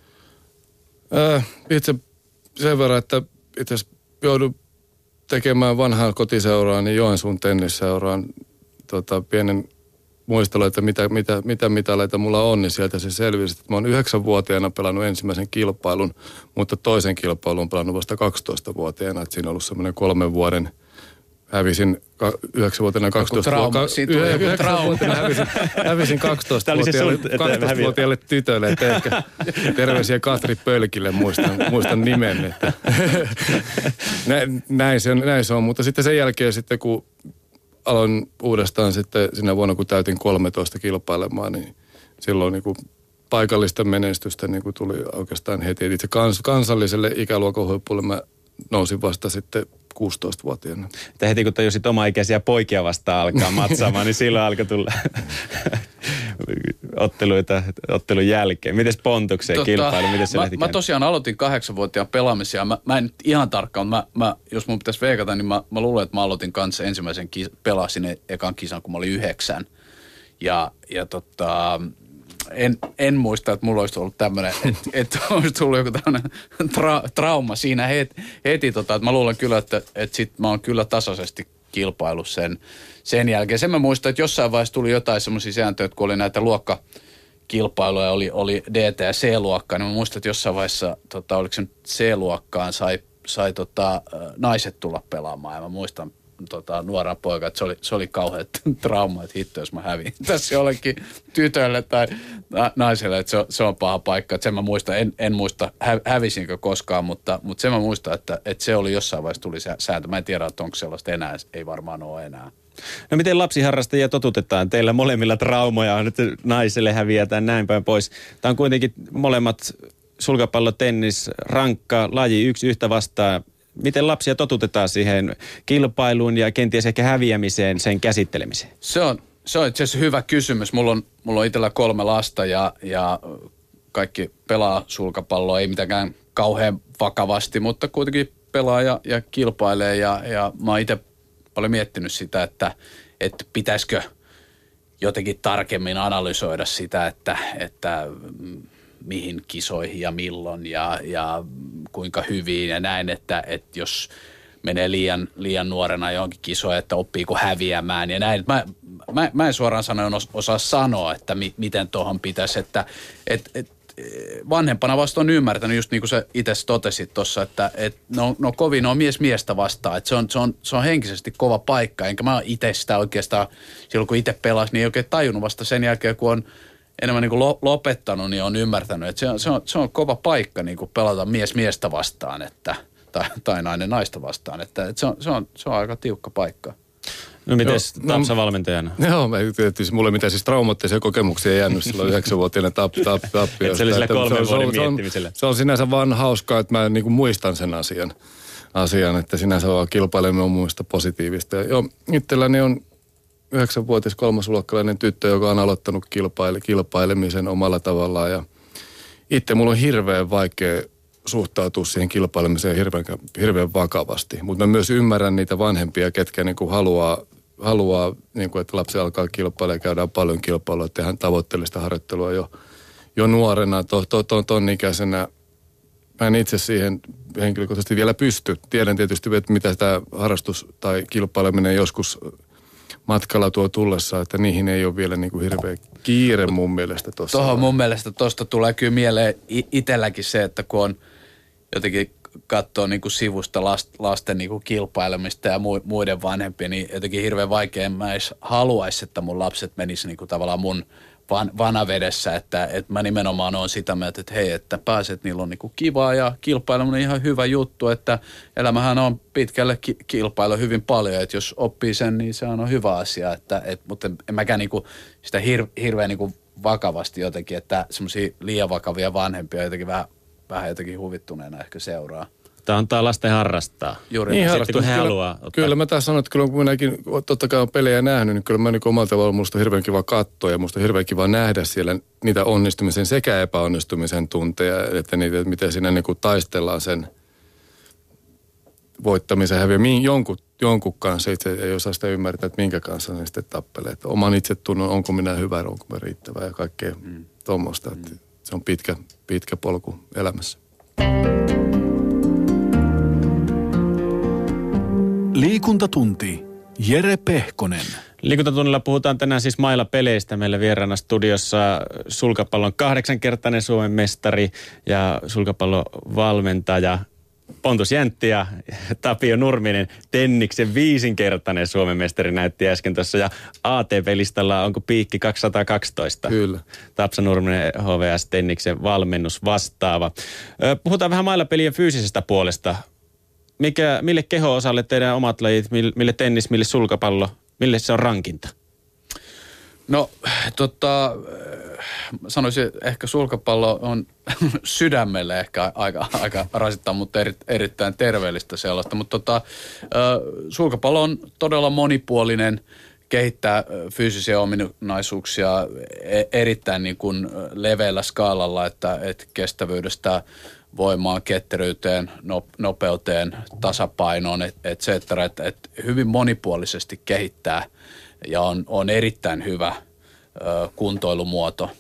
Äh, itse sen verran, että itse joudun tekemään vanhaa kotiseuraa, niin Joensuun tennisseuraan tota, pienen muistelu, että mitä, mitä, mitä mitaleita mulla on, niin sieltä se selvisi. Että mä oon yhdeksänvuotiaana pelannut ensimmäisen kilpailun, mutta toisen kilpailun on pelannut vasta kaksitoistavuotiaana. Että siinä on ollut semmoinen kolmen vuoden, hävisin yhdeksänvuotiaana kaksitoistavuotiaana hävisin, hävisin kaksitoistavuotiaille tytölle. Että ehkä terveisiä Katri Pölkille muistan, muistan nimen. Että näin, se on, näin se on, mutta sitten sen jälkeen sitten kun aloin uudestaan sitten sinä vuonna, kun täytin kolmetoista kilpailemaan, niin silloin niin kuin paikallista menestystä niin kuin tuli oikeastaan heti. Itse kans, kansalliselle ikäluokan huipulle mä nousin vasta sitten kuusitoistavuotiaana. Että heti kun tajusit omaikäisiä poikia vastaan alkaa matsaamaan, niin silloin alkoi tulla otteluita ottelun jälkeen. Mites Pontuksen tota, kilpailu? Miten se mä, lähti mä tosiaan aloitin kahdeksanvuotiaan pelaamisia. Mä, mä en nyt ihan tarkkaan, mä, mä, jos mun pitäisi veikata, niin mä, mä luulen, että mä aloitin kanssa ensimmäisen kis, pelasin ekan kisan, kun mä olin yhdeksän. Ja, ja tota, en, en muista, että mulla olisi ollut tämmöinen, että, että olisi tullut joku tämmöinen tra, trauma siinä heti. heti tota, että mä luulen kyllä, että, että sit mä oon kyllä tasaisesti kilpailu sen, sen jälkeen. Sen mä muistan, että jossain vaiheessa tuli jotain semmoisia sääntöjä, että kun oli näitä luokkakilpailuja, oli, oli D T- ja C-luokkaa, niin mä muistan, että jossain vaiheessa, tota, oliko se nyt C-luokkaan, sai, sai tota, naiset tulla pelaamaan. Ja mä muistan tota, nuorena poika, että se oli, se oli kauhean trauma, että hitto, jos mä hävin tässä jollekin tytölle tai naiselle, että se on, se on paha paikka. Että sen mä muistan, en, en muista hä, hävisinkö koskaan, mutta, mutta sen mä muistan, että, että se oli jossain vaiheessa tuli se sääntö. Mä en tiedä, että onko sellaista enää, ei varmaan ole enää. No miten lapsiharrastajia totutetaan? Teillä molemmilla traumoja on, nyt naiselle häviätään näin päin pois. Tämä on kuitenkin molemmat sulkapallo, tennis, rankka laji, yksi yhtä vastaan. Miten lapsia totutetaan siihen kilpailuun ja kenties ehkä häviämiseen, sen käsittelemiseen? Se on, se on itse asiassa hyvä kysymys. Mulla on, mulla on itsellä kolme lasta ja, ja kaikki pelaa sulkapalloa, ei mitenkään kauhean vakavasti, mutta kuitenkin pelaa ja, ja kilpailee. Ja, ja mä oon itse paljon miettinyt sitä, että, että pitäisikö jotenkin tarkemmin analysoida sitä, että, että mihin kisoihin ja milloin ja, ja kuinka hyvin ja näin, että, että jos menee liian, liian nuorena johonkin kisoon, että oppiiko häviämään ja näin. Mä, mä, mä en suoraan sanoen osaa sanoa, että mi, miten tuohon pitäisi, että et, et, vanhempana vasta on ymmärtänyt, just niin kuin sä itse totesit tuossa, että et no, no kovin on mies miestä vastaan, että se on, se, on, se on henkisesti kova paikka, enkä mä itse sitä oikeastaan, silloin kun itse pelasin, niin ei oikein tajunnut vasta sen jälkeen, kun on enemmän niin kuin lopettanut, niin on ymmärtänyt, että se on, se on, se on kova paikka niin kuin pelata mies miestä vastaan, että, tai, tai nainen naista vastaan, että, että se, on, se, on, se on aika tiukka paikka. No mites Tapsa valmentajana? Joo, mä tietysti mulle mitään siis traumattisia kokemuksia ei jäänyt silloin yhdeksänvuotiaana tap, tap, tappiosta. Se oli sillä kolmen se on, vuoden se on, miettimisellä. Se on sinänsä vaan hauskaa, että mä niin kuin muistan sen asian, asian, että sinänsä vaan kilpaileminen on mun mielestä positiivista. Ja joo, itselläni on yhdeksänvuotias kolmasluokkalainen tyttö, joka on aloittanut kilpaile, kilpailemisen omalla tavallaan. Ja itse mulla on hirveän vaikea suhtautua siihen kilpailemiseen hirveän, hirveän vakavasti. Mutta mä myös ymmärrän niitä vanhempia, ketkä niinku haluaa, haluaa niinku, että lapsi alkaa kilpailla ja käydään paljon kilpailua, että tehdään tavoitteellista harjoittelua jo, jo nuorena, to, to, to, ton ikäisenä. Mä en itse siihen henkilökohtaisesti vielä pysty. Tiedän tietysti, että mitä tämä harrastus tai kilpaileminen joskus matkalla tuo tullessa, että niihin ei ole vielä niin kuin hirveä kiire mun mielestä tuossa. Tuohon mun mielestä tuosta tulee kyllä mieleen itselläkin se, että kun on jotenkin katsoo niin kuin sivusta lasten niin kuin kilpailemista ja muiden vanhempia, niin jotenkin hirveän vaikea. Mä edes haluaisi, että mun lapset menisivät niin kuin tavallaan mun van, vanavedessä, että, että mä nimenomaan oon sitä mieltä, että hei, että pääset, niillä on niin kuin kivaa ja kilpaileminen ihan hyvä juttu, että elämähän on pitkälle ki, kilpailu hyvin paljon, että jos oppii sen, niin se on hyvä asia, että, et, mutta en mäkään niin kuin sitä hir, hirveän niin kuin vakavasti jotenkin, että semmoisia liian vakavia vanhempia jotenkin vähän, vähän jotenkin huvittuneena ehkä seuraa. Tämä antaa lasten harrastaa. Juuri niin harrastaa. Kun he kyllä, haluaa ottaa. Kyllä mä tässä sanon, että kyllä kun minäkin totta kai olen pelejä nähnyt, niin kyllä mä niin omalta tavalla musta on hirveän kiva katsoa ja musta on hirveän kiva nähdä siellä niitä onnistumisen sekä epäonnistumisen tunteja, että niitä, että miten siinä niin kuin taistellaan sen voittamisen häviä. Jonkun, jonkun kanssa itse ei osaa sitä ymmärtää, että minkä kanssa ne sitten tappelee. Että oman itsetunnon, onko minä hyvä, onko minä riittävä ja kaikkea mm. tuommoista. Mm. Se on pitkä, pitkä polku elämässä. Liikuntatunti. Jere Pehkonen. Liikuntatunnilla puhutaan tänään siis mailapeleistä. Meillä vieraana studiossa sulkapallon kahdeksankertainen Suomen mestari ja sulkapallon valmentaja Pontus Jäntti ja Tapio Nurminen, tenniksen viisinkertainen Suomen mestari näytti äsken tuossa. Ja A T P-listalla onko piikki kaksisataakaksitoista? Kyllä. Tapsa Nurminen, H V S tenniksen valmennus vastaava. Puhutaan vähän mailapelien fyysisestä puolesta. Mikä, mille keho-osalle teidän omat lajit, mille tennis, mille sulkapallo, mille se on rankinta? No tota, sanoisin, ehkä sulkapallo on sydämelle ehkä aika, aika rasittaa, mutta eri, erittäin terveellistä sellaista. Mutta tota, sulkapallo on todella monipuolinen kehittää fyysisiä ominaisuuksia erittäin niin kuin leveällä skaalalla, että, että kestävyydestä voimaan, ketteryyteen, nopeuteen, tasapainoon, et cetera. Että, että hyvin monipuolisesti kehittää ja on, on erittäin hyvä ö, kuntoilumuoto.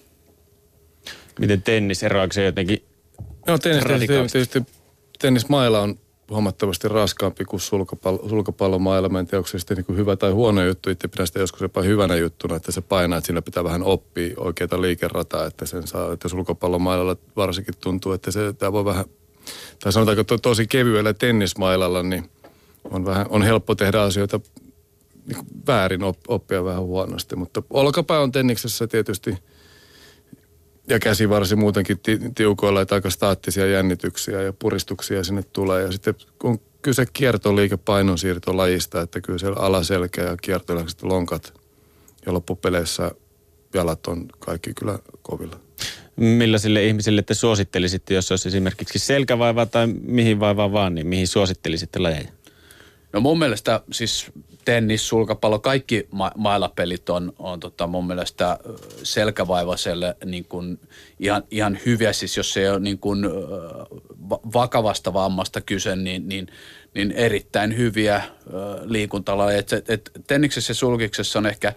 Miten tennis, eroako se jotenkin No tennis, tietysti, tietysti tennismaila on huomattavasti raskaampi kuin sulkapallo, sulkapallomailla. Mä en tiedä, onko se sitten niin kuin hyvä tai huono juttu. Itse pidän sitä joskus jopa hyvänä juttuna, että se painaa, että siinä pitää vähän oppia oikeata liikerataa, että sen saa, että sulkapallomailalla varsinkin tuntuu, että se tämä voi vähän, tai sanotaanko to, tosi kevyellä tennismailalla, niin on, vähän, on helppo tehdä asioita niin kuin väärin, oppia vähän huonosti. Mutta olkapää on tenniksessä tietysti, ja käsivarsi muutenkin tiukoilla, että aika staattisia jännityksiä ja puristuksia sinne tulee. Ja sitten on kyse kiertoliike painonsiirtolajista, että kyllä siellä alaselkä ja kiertolaiset lonkat ja loppupeleissä jalat on kaikki kyllä kovilla. Millaisille ihmisille te suosittelisitte, jos olisi esimerkiksi selkävaivaa tai mihin vaivaa vaan, niin mihin suosittelisitte lajeja? No mun mielestä siis tennis, sulkapallo, kaikki ma- mailapelit on, on tota mun mielestä selkävaivaiselle niin kuin ihan, ihan hyviä. Siis jos ei ole niin kuin vakavasta vammasta kyse, niin, niin, niin erittäin hyviä liikuntalajeja. Et, et, tenniksessä ja sulkiksessa on ehkä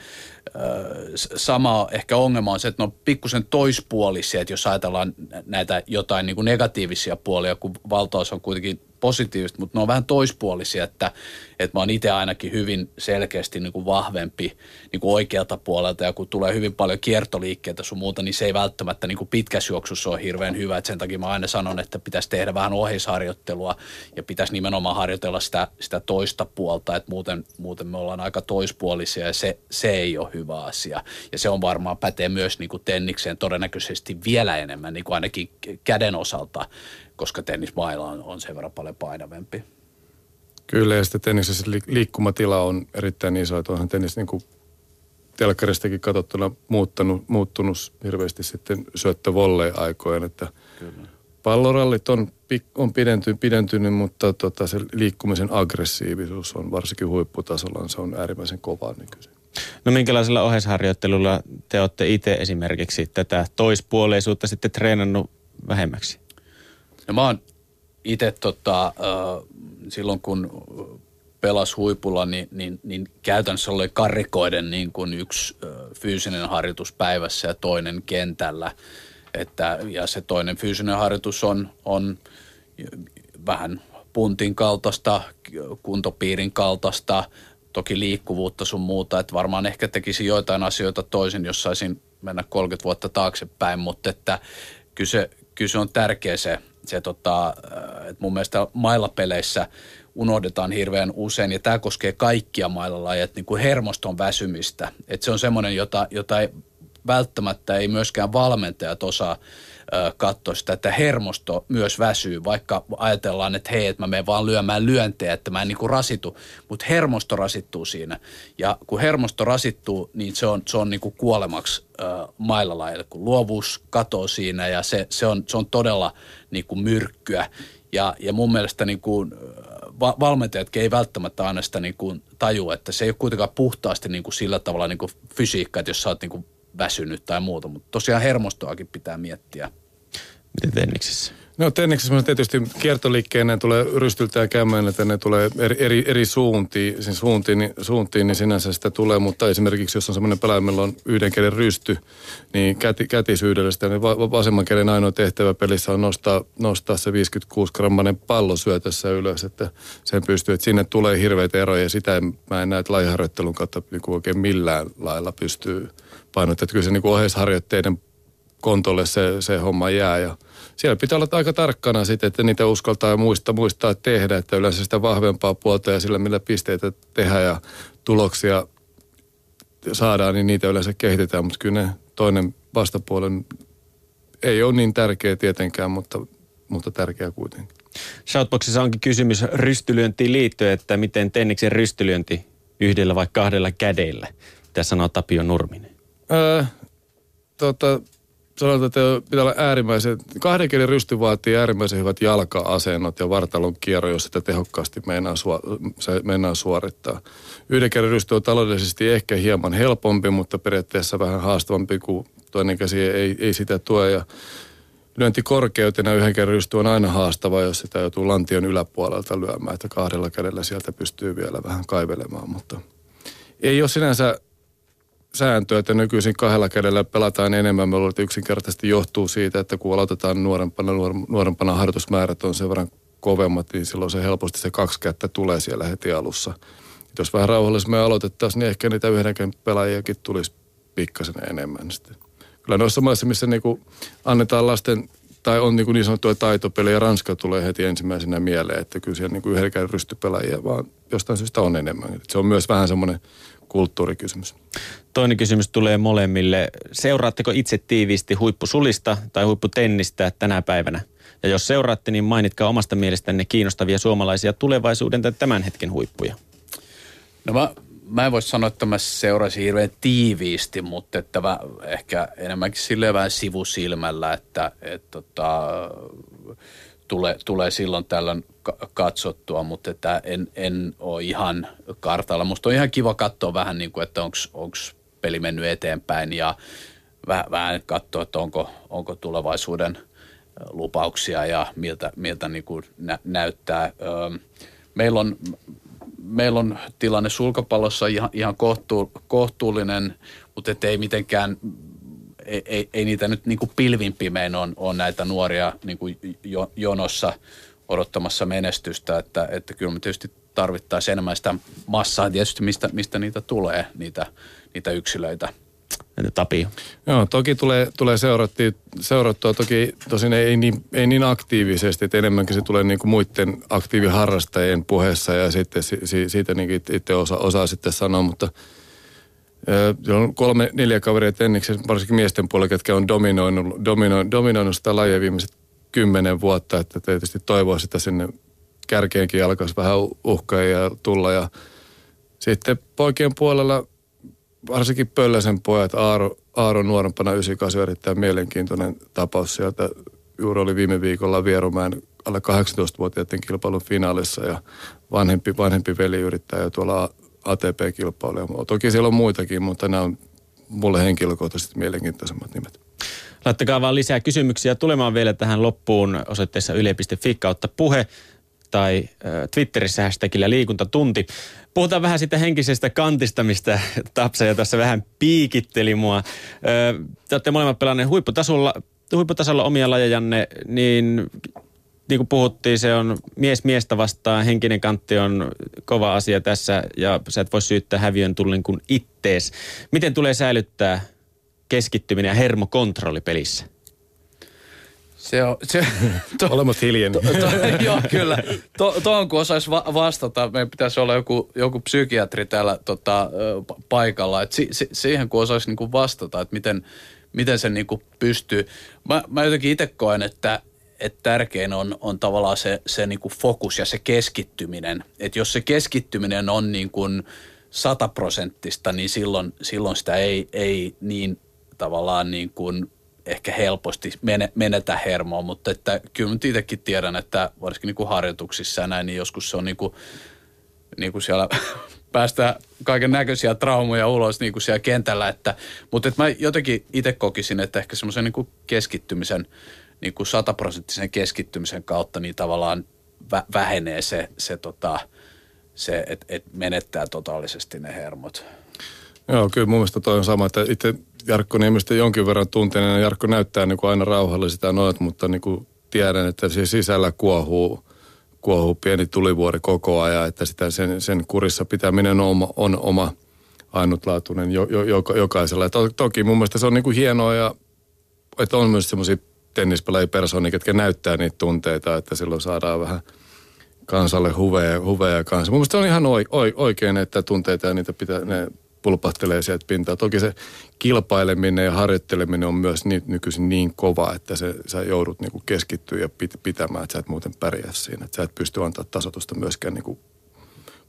sama ehkä ongelma on se, että ne on pikkusen toispuolisia, että jos ajatellaan näitä jotain niin kuin negatiivisia puolia, kun valtaosa on kuitenkin positiivista, mutta ne on vähän toispuolisia, että, että mä oon itse ainakin hyvin selkeästi niin kuin vahvempi niin kuin oikealta puolelta, ja kun tulee hyvin paljon kiertoliikkeitä sun muuta, niin se ei välttämättä niin kuin pitkässä juoksussa ole hirveän hyvä, että sen takia mä aina sanon, että pitäisi tehdä vähän oheisharjoittelua ja pitäisi nimenomaan harjoitella sitä, sitä toista puolta, että muuten, muuten me ollaan aika toispuolisia ja se, se ei ole hyvä asia. Ja se on varmaan pätee myös niin kuin tennikseen todennäköisesti vielä enemmän, niin kuin ainakin käden osalta, koska tennismaila on, on sen verran paljon painavempi. Kyllä, ja sitten tenniksessä liikkumatila on erittäin iso, että onhan tennis niin kuin telkkaristakin katsottuna muuttanut, muuttunut hirveästi sitten syöttövolley-aikojen, että kyllä. Pallorallit on, on pidentynyt, pidentynyt, mutta tota, se liikkumisen aggressiivisuus on varsinkin huipputasolla, se on äärimmäisen kovaa nykyisin. No minkälaisella oheisharjoittelulla te olette itse esimerkiksi tätä toispuoleisuutta sitten treenannut vähemmäksi? No mä oon itse tota, äh, silloin kun pelas huipulla, niin, niin, niin käytännössä oli karrikoiden niin kuin yksi äh, fyysinen harjoitus päivässä ja toinen kentällä. Että, ja se toinen fyysinen harjoitus on, on vähän puntin kaltaista, kuntopiirin kaltaista, toki liikkuvuutta sun muuta. Että varmaan ehkä tekisin joitain asioita toisin, jos saisin mennä kolmekymmentä vuotta taaksepäin, mutta että kyllä se, kyllä se on tärkeä se, se tota, että mun mielestä mailapeleissä unohdetaan hirveän usein, ja tämä koskee kaikkia mailalajeja, niin kuin hermoston väsymistä. Että se on semmoinen, jota, jota ei, välttämättä ei myöskään valmentajat osaa ö, katsoa sitä, että hermosto myös väsyy, vaikka ajatellaan, että hei, että mä menen vaan lyömään lyöntejä, että mä en niin kuin rasitu, mutta hermosto rasittuu siinä. Ja kun hermosto rasittuu, niin se on, se on niin kuin kuolemaksi ö, mailalajeille, kun luovuus katoo siinä, ja se, se, on, se on todella niin kuin myrkkyä. Ja, ja mun mielestä niin kuin, va- valmentajatkin ei välttämättä aina sitä niin kuin tajua, että se ei ole kuitenkaan puhtaasti niin kuin sillä tavalla niin kuin fysiikka, että jos sä oot niin kuin väsynyt tai muuta, mutta tosiaan hermostoakin pitää miettiä. Miten tenniksessä? No tenniksessä tietysti kiertoliikkeen ne tulee rystyltä ja kämmään, että ne tulee eri, eri, eri suuntiin, siis suuntiin, niin, suuntiin, niin sinänsä sitä tulee, mutta esimerkiksi jos on semmoinen pelaaja, meillä on yhden käden rysty, niin käti, kätisyydellä sitä, niin vasemman käden ainoa tehtävä pelissä on nostaa, nostaa se viisikymmentäkuusi grammainen pallo syötössä ylös, että sen pystyy, että sinne tulee hirveitä eroja ja sitä en, mä en näe, että lajiharjoittelun kautta niin oikein millään lailla pystyy painottamaan, että kyllä se niin kuin oheisharjoitteiden kontolle se, se homma jää ja siellä pitää olla aika tarkkana sitten, että niitä uskaltaa ja muistaa, muistaa tehdä, että yleensä sitä vahvempaa puolta ja sillä millä pisteitä tehdään ja tuloksia saadaan, niin niitä yleensä kehitetään, mutta kyllä ne toinen vastapuolen ei ole niin tärkeä tietenkään, mutta, mutta tärkeä kuitenkin. Shoutboxissa onkin kysymys rystylyöntiin liittyen, että miten tenniksen rystylyönti yhdellä vai kahdella kädellä? Mitä sanoo Tapio Nurminen? Öö, tota... sanotaan, että pitää olla äärimmäisen, kahden kielen rysty vaatii äärimmäisen hyvät jalka-asennot ja vartalon kierro, jos sitä tehokkaasti meinaa, suor- se meinaa suorittaa. Yhden kielen rysty on taloudellisesti ehkä hieman helpompi, mutta periaatteessa vähän haastavampi, kun toinen käsi ei, ei sitä tue. Ja lyöntikorkeutena yhden kielen rysty on aina haastava, jos sitä joutuu lantion yläpuolelta lyömään, että kahdella kädellä sieltä pystyy vielä vähän kaivelemaan, mutta ei ole sinänsä sääntöä, että nykyisin kahdella kädellä pelataan enemmän. Me luulen, että yksinkertaisesti johtuu siitä, että kun aloitetaan nuorempana, nuorempana harjoitusmäärät on sen verran kovemmat, niin silloin se helposti se kaksi kättä tulee siellä heti alussa. Et jos vähän rauhallisemmin aloitettaisiin, niin ehkä niitä yhden pelaajiakin tulisi pikkasen enemmän sitten. Kyllä noissa maissa, missä niinku annetaan lasten, tai on niinku niin sanottuja taitopelejä, Ranska tulee heti ensimmäisenä mieleen, että kyllä siellä niinku yhden rystypelaajia, vaan jostain syystä on enemmän. Et se on myös vähän semmoinen kulttuurikysymys. Toinen kysymys tulee molemmille. Seuraatteko itse tiiviisti huippusulista tai huipputennistä tänä päivänä? Ja jos seuraatte, niin mainitkaa omasta mielestänne kiinnostavia suomalaisia tulevaisuuden tai tämän hetken huippuja. No mä, mä en voi sanoa, että mä seurasin hirveän tiiviisti, mutta että mä ehkä enemmänkin silleen vähän sivusilmällä, että et, tota, tulee, tulee silloin tällöin katsottua, mutta että en, en ole ihan kartalla. Musta on ihan kiva katsoa vähän niin kuin, että onko peli mennyt eteenpäin ja vähän, vähän katsoa, että onko, onko tulevaisuuden lupauksia ja miltä, miltä niin kuin nä, näyttää. Meillä on, meillä on tilanne sulkapallossa ihan, ihan kohtuu, kohtuullinen, mutta ei mitenkään, ei, ei, ei niitä nyt niin kuin pilvin pimein on, on näitä nuoria niin kuin jonossa odottamassa menestystä, että, että kyllä me tietysti tarvittaisiin enemmän sitä massaa tietysti, mistä, mistä niitä tulee, niitä, niitä yksilöitä. Entä Tapio? Joo, toki tulee, tulee seurattua, seurattua toki tosin ei niin, ei niin aktiivisesti, että enemmänkin se tulee niin kuin muiden aktiiviharrastajien puheessa ja sitten si, siitä niin itse osa, osaa sitten sanoa, mutta ö, on kolme, neljä kaveria tenniksessä, varsinkin miesten puolella, ketkä on dominoinut, dominoinut, dominoinut sitä lajia viimeiset kymmenen vuotta, että tietysti toivoa sitä sinne kärkeenkin alkaisi vähän uhkaa ja tulla. Ja sitten poikien puolella varsinkin Pölläsen pojat, Aaro, Aaro nuorempana yhdeksänkymmentäkahdeksan, erittäin mielenkiintoinen tapaus sieltä. Juuri oli viime viikolla Vierumäen alle kahdeksantoistavuotiaiden kilpailun finaalissa ja vanhempi, vanhempi veli yrittää jo tuolla A T P-kilpailuja. Toki siellä on muitakin, mutta nämä on mulle henkilökohtaisesti mielenkiintoisemmat nimet. Laittakaa vaan lisää kysymyksiä tulemaan vielä tähän loppuun osoitteessa yle piste fi kautta puhe tai äh, Twitterissä hashtagillä liikuntatunti. Puhutaan vähän siitä henkisestä kantista, mistä Tapsa jo tässä vähän piikitteli mua. Äh, te olette molemmat pelanneet huipputasolla, huipputasolla omia lajejanne, niin niin kuin puhuttiin, se on mies miestä vastaan, henkinen kantti on kova asia tässä ja sä et voi syyttää häviön tullin kuin ittees. Miten tulee säilyttää keskittyminen ja hermokontrolli pelissä? Se on, se, to, Olemmat hiljeni. To, to, joo, kyllä. Tuohon to, kun osaisi va- vastata, meidän pitäisi olla joku, joku psykiatri täällä tota, paikalla. Et si, si, siihen kun osaisi niinku vastata, että miten, miten se niinku pystyy. Mä, mä jotenkin itse koen, että et tärkein on, on tavallaan se, se niinku fokus ja se keskittyminen. Että jos se keskittyminen on niinku sataprosenttista, niin silloin, silloin sitä ei, ei niin tavallaan niin kuin ehkä helposti menetä hermoa, mutta että kyllä nyt itsekin tiedän, että varsinkin niin kuin harjoituksissa ja näin, niin joskus se on niin kuin, niin kuin siellä päästään kaiken näköisiä traumoja ulos niin kuin siellä kentällä, että, mutta että mä jotenkin itse kokisin, että ehkä semmoisen niin kuin keskittymisen, niin kuin sataprosenttisen keskittymisen kautta niin tavallaan vä- vähenee se, se, tota, se että et menettää totaalisesti ne hermot. Joo, kyllä mun mielestä toi on sama, että itse Jarkko Niemistä jonkin verran tunteena, Jarkko näyttää niin kuin aina rauhallisilta ja noit, mutta niin kuin tiedän, että se sisällä kuohuu, kuohuu pieni tulivuori koko ajan, että sitä sen, sen kurissa pitäminen on oma, on oma ainutlaatuinen jo, jo, jokaisella. To, toki mun mielestä se on niin kuin hienoa ja että on myös semmoisia tennispelaajia persoonia, ketkä näyttää niitä tunteita, että silloin saadaan vähän kansalle huveja, huveja kanssa. Mun mielestä on ihan oikein, että tunteita ja niitä pitää, ne pulpahtelee sieltä pintaa. Toki se kilpaileminen ja harjoitteleminen on myös niin, nykyisin niin kova, että se, sä joudut niinku keskittyä ja pit, pitämään, että sä et muuten pärjää siinä. Että sä et pysty antaa tasoitusta myöskään niinku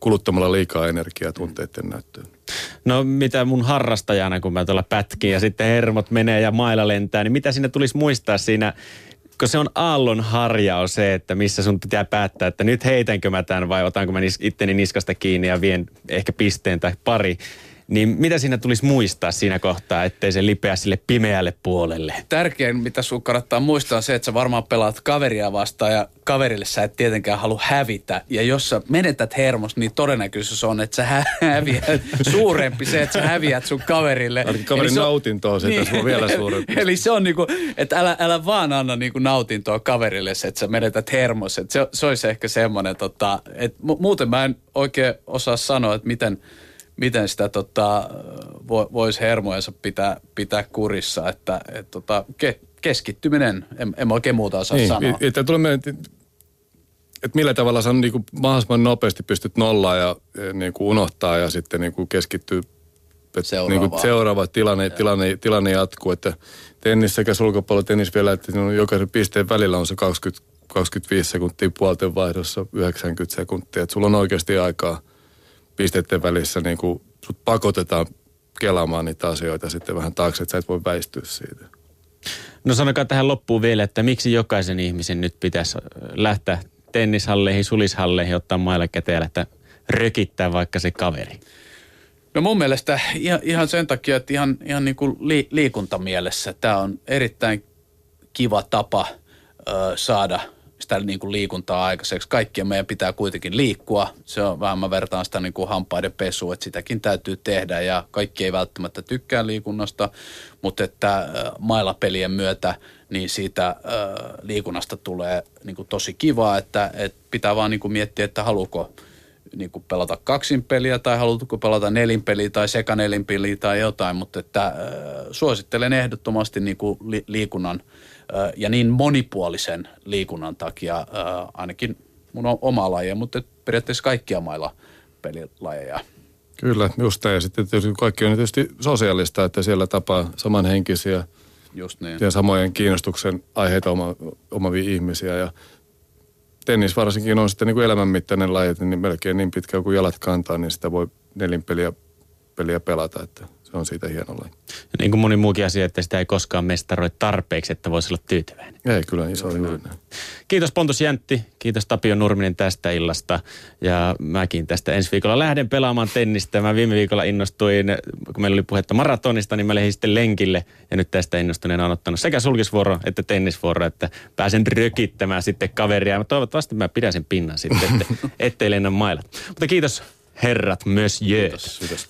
kuluttamalla liikaa energiaa tunteiden näyttöön. No mitä mun harrastajana, kun mä tuolla pätkin ja sitten hermot menee ja mailla lentää, niin mitä siinä tulisi muistaa siinä, kun se on aallon harjaus se, että missä sun pitää päättää, että nyt heitänkö mä tämän vai otanko mä nis, itteni niskasta kiinni ja vien ehkä pisteen tai pari. Niin mitä siinä tulisi muistaa siinä kohtaa, ettei se lipeä sille pimeälle puolelle? Tärkein, mitä sun kannattaa muistaa, on se, että sä varmaan pelaat kaveria vastaan ja kaverille sä et tietenkään halua hävitä. Ja jos sä menetät hermos, niin todennäköisyys on, että sä häviät suurempi se, että sä häviät sun kaverille. Ainakin kaverin nautintoa se, että se on vielä suurempi. Eli se on niinku, että älä, älä vaan anna niinku nautintoa kaverille se, että sä menetät hermos. Että se, se olisi ehkä semmoinen, tota, että muuten mä en oikein osaa sanoa, että miten... miten sitä tota, voisi hermojensa pitää, pitää kurissa, että et, tota, ke, keskittyminen, en, en mä oikein muuta osaa niin, sanoa. Että et millä tavalla sä niinku mahdollisimman nopeasti pystyt nollaan ja niinku unohtaa ja sitten niinku keskittyy, että niinku seuraava tilanne, tilanne, tilanne jatkuu, että tennis sekä sulkapallo, tennis vielä, että jokaisen pisteen välillä on se kaksikymmentä kaksikymmentäviisi sekuntia puolten vaihdossa, yhdeksänkymmentä sekuntia, että sulla on oikeasti aikaa pisteiden välissä niin kuin sut pakotetaan kelaamaan niitä asioita sitten vähän taakse, että sä et voi väistyä siitä. No sanokaa tähän loppuun vielä, että miksi jokaisen ihmisen nyt pitäisi lähteä tennishalleihin, sulishalleihin, ottaa mailla käteen ja lähteä rökittää vaikka se kaveri? No mun mielestä ihan, ihan sen takia, että ihan, ihan niin kuin li, liikuntamielessä tämä on erittäin kiva tapa ö, saada sitä niin kuin liikuntaa aikaiseksi. Kaikkien meidän pitää kuitenkin liikkua. Se on vähän, mä vertaan sitä niin kuin hampaiden pesua, että sitäkin täytyy tehdä ja kaikki ei välttämättä tykkää liikunnasta, mutta että mailapelien myötä niin siitä äh, liikunnasta tulee niin kuin tosi kivaa, että, että pitää vaan niin kuin miettiä, että haluuko niin kuin pelata kaksinpeliä tai haluatko pelata nelinpeliä tai sekanelinpeliä tai jotain, mutta että äh, suosittelen ehdottomasti niin kuin li- liikunnan äh, ja niin monipuolisen liikunnan takia äh, ainakin mun oma laji, mutta periaatteessa kaikkia mailla pelilajeja. Kyllä, just ja sitten tietysti kaikki on tietysti sosiaalista, että siellä tapaa samanhenkisiä just niin. ja samojen kiinnostuksen aiheita oma, omavia ihmisiä ja tennis varsinkin on sitten niin kuin elämänmittainen laji, niin melkein niin pitkä kuin jalat kantaa, niin sitä voi nelinpeliä peliä pelata, että se on siitä hieno laji. Niin kuin moni muukin asia, että sitä ei koskaan mestaroi tarpeeksi, että voisi olla tyytyväinen. Ei, kyllä iso juuri näin. Kiitos Pontus Jäntti, kiitos Tapio Nurminen tästä illasta ja mäkin tästä ensi viikolla lähden pelaamaan tennistä. Mä viime viikolla innostuin, kun meillä oli puhetta maratonista, niin mä lähdin sitten lenkille ja nyt tästä innostuneena on ottanut sekä sulkisvuoro että tennisvuoro, että pääsen rökittämään sitten kaveria. Mä toivottavasti mä pidän sen pinnan sitten, että ettei lennä mailat. Mutta kiitos herrat, monsieur. Kiitos, kiitos.